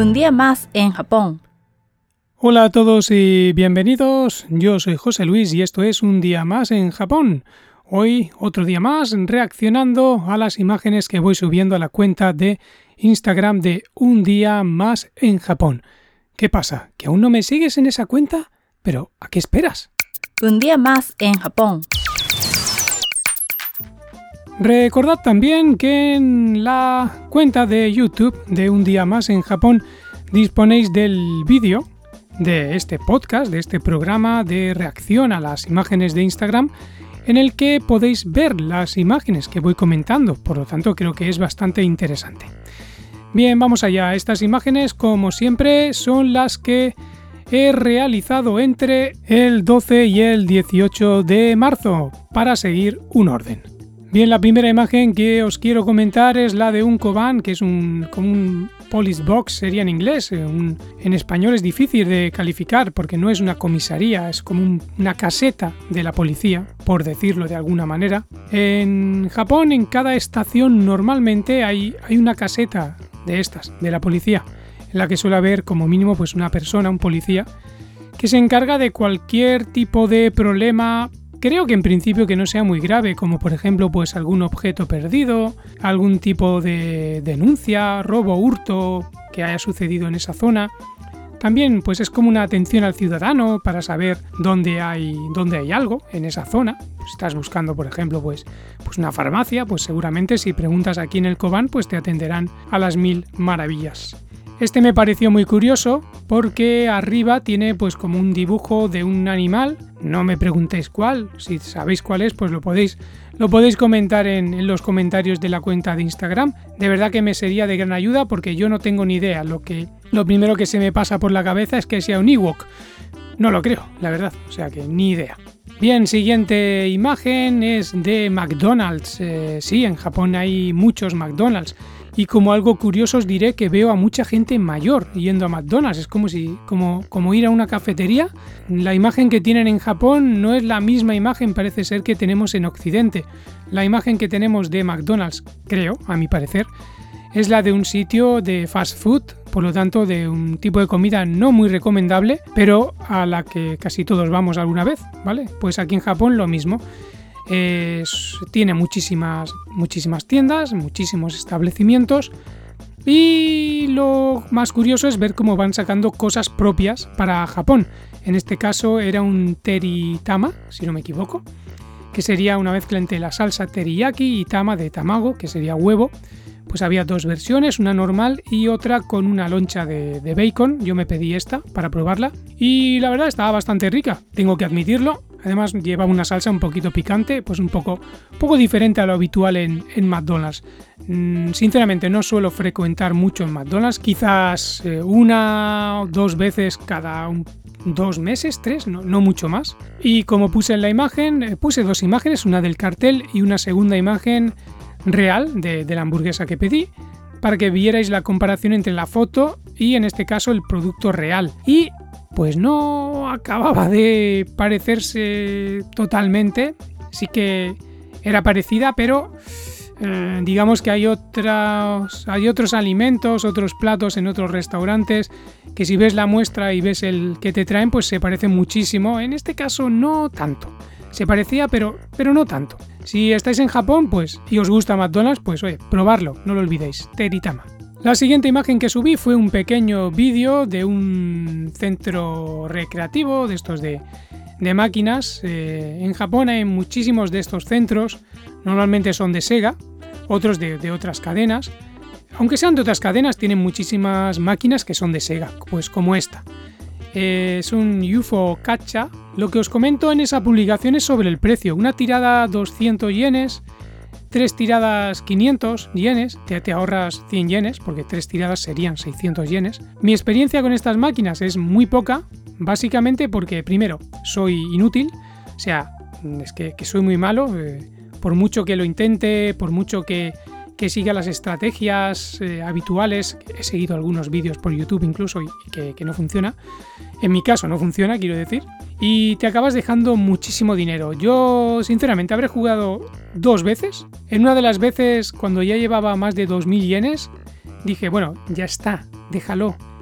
Un día más en Japón. Hola a todos y bienvenidos. Yo soy José Luis y esto es Un día más en Japón. Hoy, otro día más, reaccionando a las imágenes que voy subiendo a la cuenta de Instagram de Un día más en Japón. ¿Qué pasa? ¿Que aún no me sigues en esa cuenta? ¿Pero a qué esperas? Un día más en Japón. Recordad también que en la cuenta de YouTube de Un día más en Japón disponéis del vídeo de este podcast, de este programa de reacción a las imágenes de Instagram, en el que podéis ver las imágenes que voy comentando, por lo tanto creo que es bastante interesante. Bien, vamos allá. Estas imágenes, como siempre, son las que he realizado entre el 12 y el 18 de marzo, para seguir un orden. Bien, la primera imagen que os quiero comentar es la de un koban, que es como un police box, sería en inglés. En español es difícil de calificar porque no es una comisaría, es como una caseta de la policía, por decirlo de alguna manera. En Japón, en cada estación normalmente hay una caseta de estas, de la policía, en la que suele haber como mínimo pues una persona, un policía, que se encarga de cualquier tipo de problema. Creo que en principio que no sea muy grave, como por ejemplo pues algún objeto perdido, algún tipo de denuncia, robo, hurto que haya sucedido en esa zona. También pues es como una atención al ciudadano para saber dónde hay algo en esa zona. Si estás buscando por ejemplo pues una farmacia, pues seguramente si preguntas aquí en el koban pues te atenderán a las mil maravillas. Este me pareció muy curioso porque arriba tiene pues como un dibujo de un animal. No me preguntéis cuál, si sabéis cuál es pues lo podéis comentar en los comentarios de la cuenta de Instagram. De verdad que me sería de gran ayuda porque yo no tengo ni idea. Lo primero que se me pasa por la cabeza es que sea un Ewok. No lo creo, la verdad, o sea que ni idea. Bien, siguiente imagen es de McDonald's. Sí, en Japón hay muchos McDonald's. Y como algo curioso os diré que veo a mucha gente mayor yendo a McDonald's. Es como ir a una cafetería. La imagen que tienen en Japón no es la misma imagen, parece ser, que tenemos en Occidente. La imagen que tenemos de McDonald's, creo, a mi parecer, es la de un sitio de fast food, por lo tanto de un tipo de comida no muy recomendable, pero a la que casi todos vamos alguna vez, ¿vale? Pues aquí en Japón lo mismo. Tiene muchísimas tiendas, muchísimos establecimientos, y lo más curioso es ver cómo van sacando cosas propias para Japón. En este caso era un teritama, si no me equivoco, que sería una mezcla entre la salsa teriyaki y tama de tamago, que sería huevo. Pues había dos versiones, una normal y otra con una loncha de bacon. Yo me pedí esta para probarla y la verdad estaba bastante rica, tengo que admitirlo. Además llevaba una salsa un poquito picante, pues un poco diferente a lo habitual en McDonald's. Sinceramente no suelo frecuentar mucho en McDonald's, quizás una o dos veces cada 2 meses, 3, no mucho más. Y como puse en la imagen, puse dos imágenes, una del cartel y una segunda imagen real de la hamburguesa que pedí, para que vierais la comparación entre la foto y en este caso el producto real. Y pues no acababa de parecerse totalmente, sí que era parecida, pero digamos que hay otros alimentos, otros platos en otros restaurantes que si ves la muestra y ves el que te traen pues se parecen muchísimo. En este caso no tanto, se parecía pero no tanto. Si estáis en Japón pues y os gusta McDonald's, pues oye, probarlo, no lo olvidéis, teritama. La siguiente imagen que subí fue un pequeño vídeo de un centro recreativo de estos de máquinas. En Japón hay muchísimos de estos centros, normalmente son de Sega, otros de otras cadenas. Aunque sean de otras cadenas, tienen muchísimas máquinas que son de Sega, pues como esta. Es un UFO Gacha. Lo que os comento en esa publicación es sobre el precio. Una tirada 200 yenes, 3 tiradas 500 yenes, te ahorras 100 yenes, porque 3 tiradas serían 600 yenes. Mi experiencia con estas máquinas es muy poca, básicamente porque primero soy inútil, o sea, es que soy muy malo, por mucho que lo intente, por mucho que siga las estrategias habituales. He seguido algunos vídeos por YouTube incluso y que no funciona. En mi caso no funciona, quiero decir. Y te acabas dejando muchísimo dinero. Yo, sinceramente, habré jugado 2 veces. En una de las veces, cuando ya llevaba más de 2.000 yenes, dije, bueno, ya está, déjalo.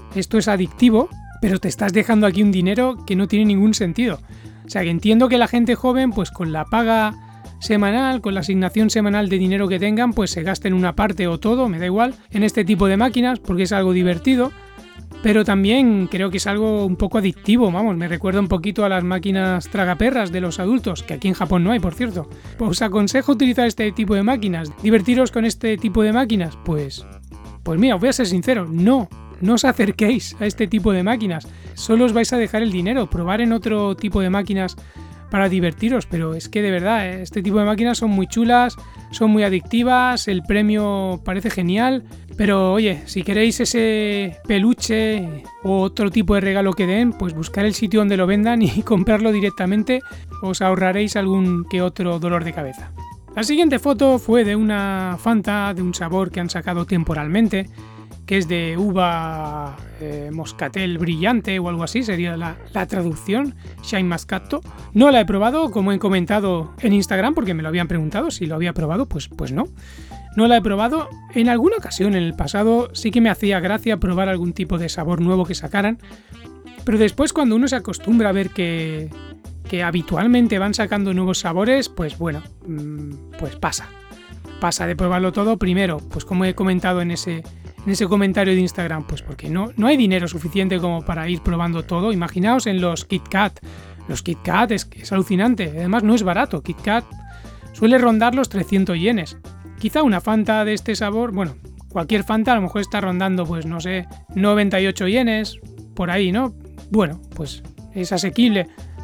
esto es adictivo, pero te estás dejando aquí un dinero que no tiene ningún sentido. O sea, que entiendo que la gente joven, pues con la paga semanal, con la asignación semanal de dinero que tengan, pues se gasten una parte o todo, me da igual, en este tipo de máquinas, porque es algo divertido. Pero también creo que es algo un poco adictivo, vamos, me recuerda un poquito a las máquinas tragaperras de los adultos, que aquí en Japón no hay, por cierto. Os aconsejo utilizar este tipo de máquinas. ¿Divertiros con este tipo de máquinas? Pues mira, os voy a ser sincero, no os acerquéis a este tipo de máquinas. Solo os vais a dejar el dinero, probar en otro tipo de máquinas para divertiros, pero es que de verdad, este tipo de máquinas son muy chulas, son muy adictivas, el premio parece genial, pero oye, si queréis ese peluche o otro tipo de regalo que den, pues buscar el sitio donde lo vendan y comprarlo directamente, os ahorraréis algún que otro dolor de cabeza. La siguiente foto fue de una Fanta de un sabor que han sacado temporalmente, que es de uva moscatel brillante o algo así, sería la traducción, Shine Moscato. No la he probado, como he comentado en Instagram, porque me lo habían preguntado si lo había probado, pues no. No la he probado. En alguna ocasión en el pasado sí que me hacía gracia probar algún tipo de sabor nuevo que sacaran, pero después cuando uno se acostumbra a ver que habitualmente van sacando nuevos sabores, pues bueno, pues pasa de probarlo todo primero, pues como he comentado en ese comentario de Instagram, pues porque no hay dinero suficiente como para ir probando todo. Imaginaos en los Kit Kat. Los Kit Kat es alucinante, además no es barato. Kit Kat suele rondar los 300 yenes. Quizá una Fanta de este sabor, bueno, cualquier Fanta a lo mejor está rondando, pues no sé, 98 yenes, por ahí, ¿no? Bueno, pues es asequible,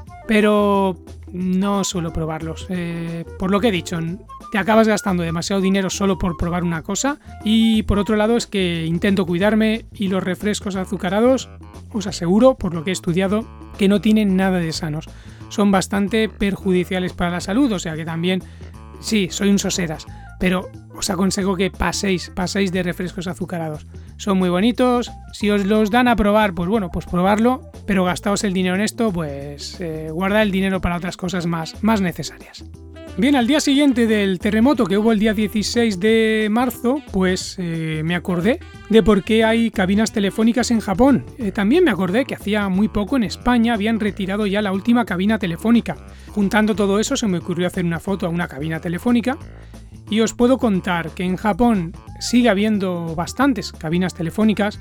pero no suelo probarlos. Por lo que he dicho, te acabas gastando demasiado dinero solo por probar una cosa, y por otro lado es que intento cuidarme y los refrescos azucarados, os aseguro, por lo que he estudiado, que no tienen nada de sanos. Son bastante perjudiciales para la salud, o sea que también, sí, soy un soseras, pero os aconsejo que paséis de refrescos azucarados. Son muy bonitos, si os los dan a probar, pues bueno, pues probarlo, pero gastaos el dinero en esto, pues guardad el dinero para otras cosas más necesarias. Bien, al día siguiente del terremoto que hubo el día 16 de marzo, pues me acordé de por qué hay cabinas telefónicas en Japón. También me acordé que hacía muy poco en España habían retirado ya la última cabina telefónica. Juntando todo eso se me ocurrió hacer una foto a una cabina telefónica y os puedo contar que en Japón sigue habiendo bastantes cabinas telefónicas.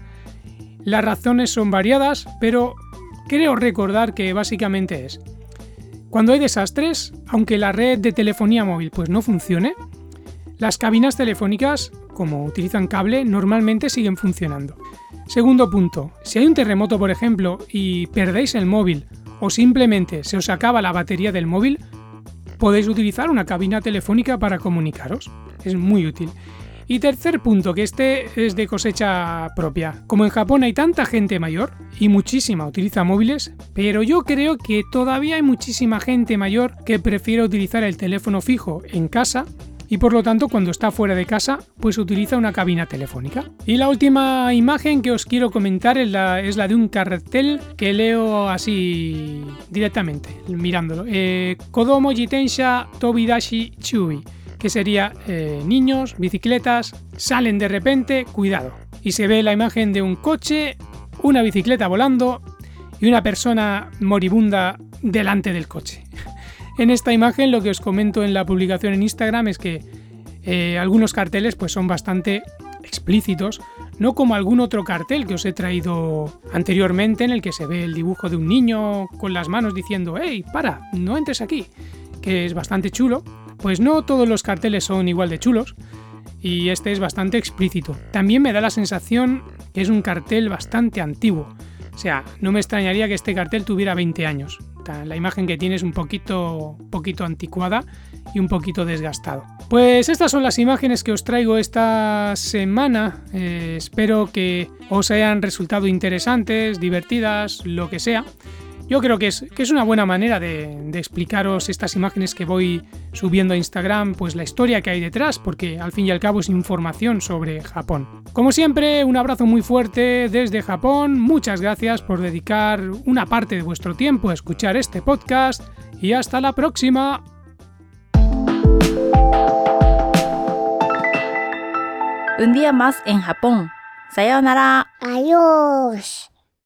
Las razones son variadas, pero creo recordar que básicamente es: cuando hay desastres, aunque la red de telefonía móvil pues no funcione, las cabinas telefónicas, como utilizan cable, normalmente siguen funcionando. Segundo punto, si hay un terremoto, por ejemplo, y perdéis el móvil o simplemente se os acaba la batería del móvil, podéis utilizar una cabina telefónica para comunicaros. Es muy útil. Y tercer punto, que este es de cosecha propia. Como en Japón hay tanta gente mayor, y muchísima utiliza móviles, pero yo creo que todavía hay muchísima gente mayor que prefiere utilizar el teléfono fijo en casa, y por lo tanto cuando está fuera de casa, pues utiliza una cabina telefónica. Y la última imagen que os quiero comentar es la de un cartel que leo así directamente, mirándolo. Kodomo jitensha tobidashi chui, que sería niños, bicicletas, salen de repente, cuidado. Y se ve la imagen de un coche, una bicicleta volando y una persona moribunda delante del coche. En esta imagen lo que os comento en la publicación en Instagram es que algunos carteles pues son bastante explícitos, no como algún otro cartel que os he traído anteriormente en el que se ve el dibujo de un niño con las manos diciendo «¡Hey, para! No entres aquí!», que es bastante chulo. Pues no todos los carteles son igual de chulos y este es bastante explícito. También me da la sensación que es un cartel bastante antiguo. O sea, no me extrañaría que este cartel tuviera 20 años. La imagen que tiene es un poquito anticuada y un poquito desgastado. Pues estas son las imágenes que os traigo esta semana. Espero que os hayan resultado interesantes, divertidas, lo que sea. Yo creo que es una buena manera de explicaros estas imágenes que voy subiendo a Instagram, pues la historia que hay detrás, porque al fin y al cabo es información sobre Japón. Como siempre, un abrazo muy fuerte desde Japón, muchas gracias por dedicar una parte de vuestro tiempo a escuchar este podcast y hasta la próxima. Un día más en Japón. さようなら。 Adiós.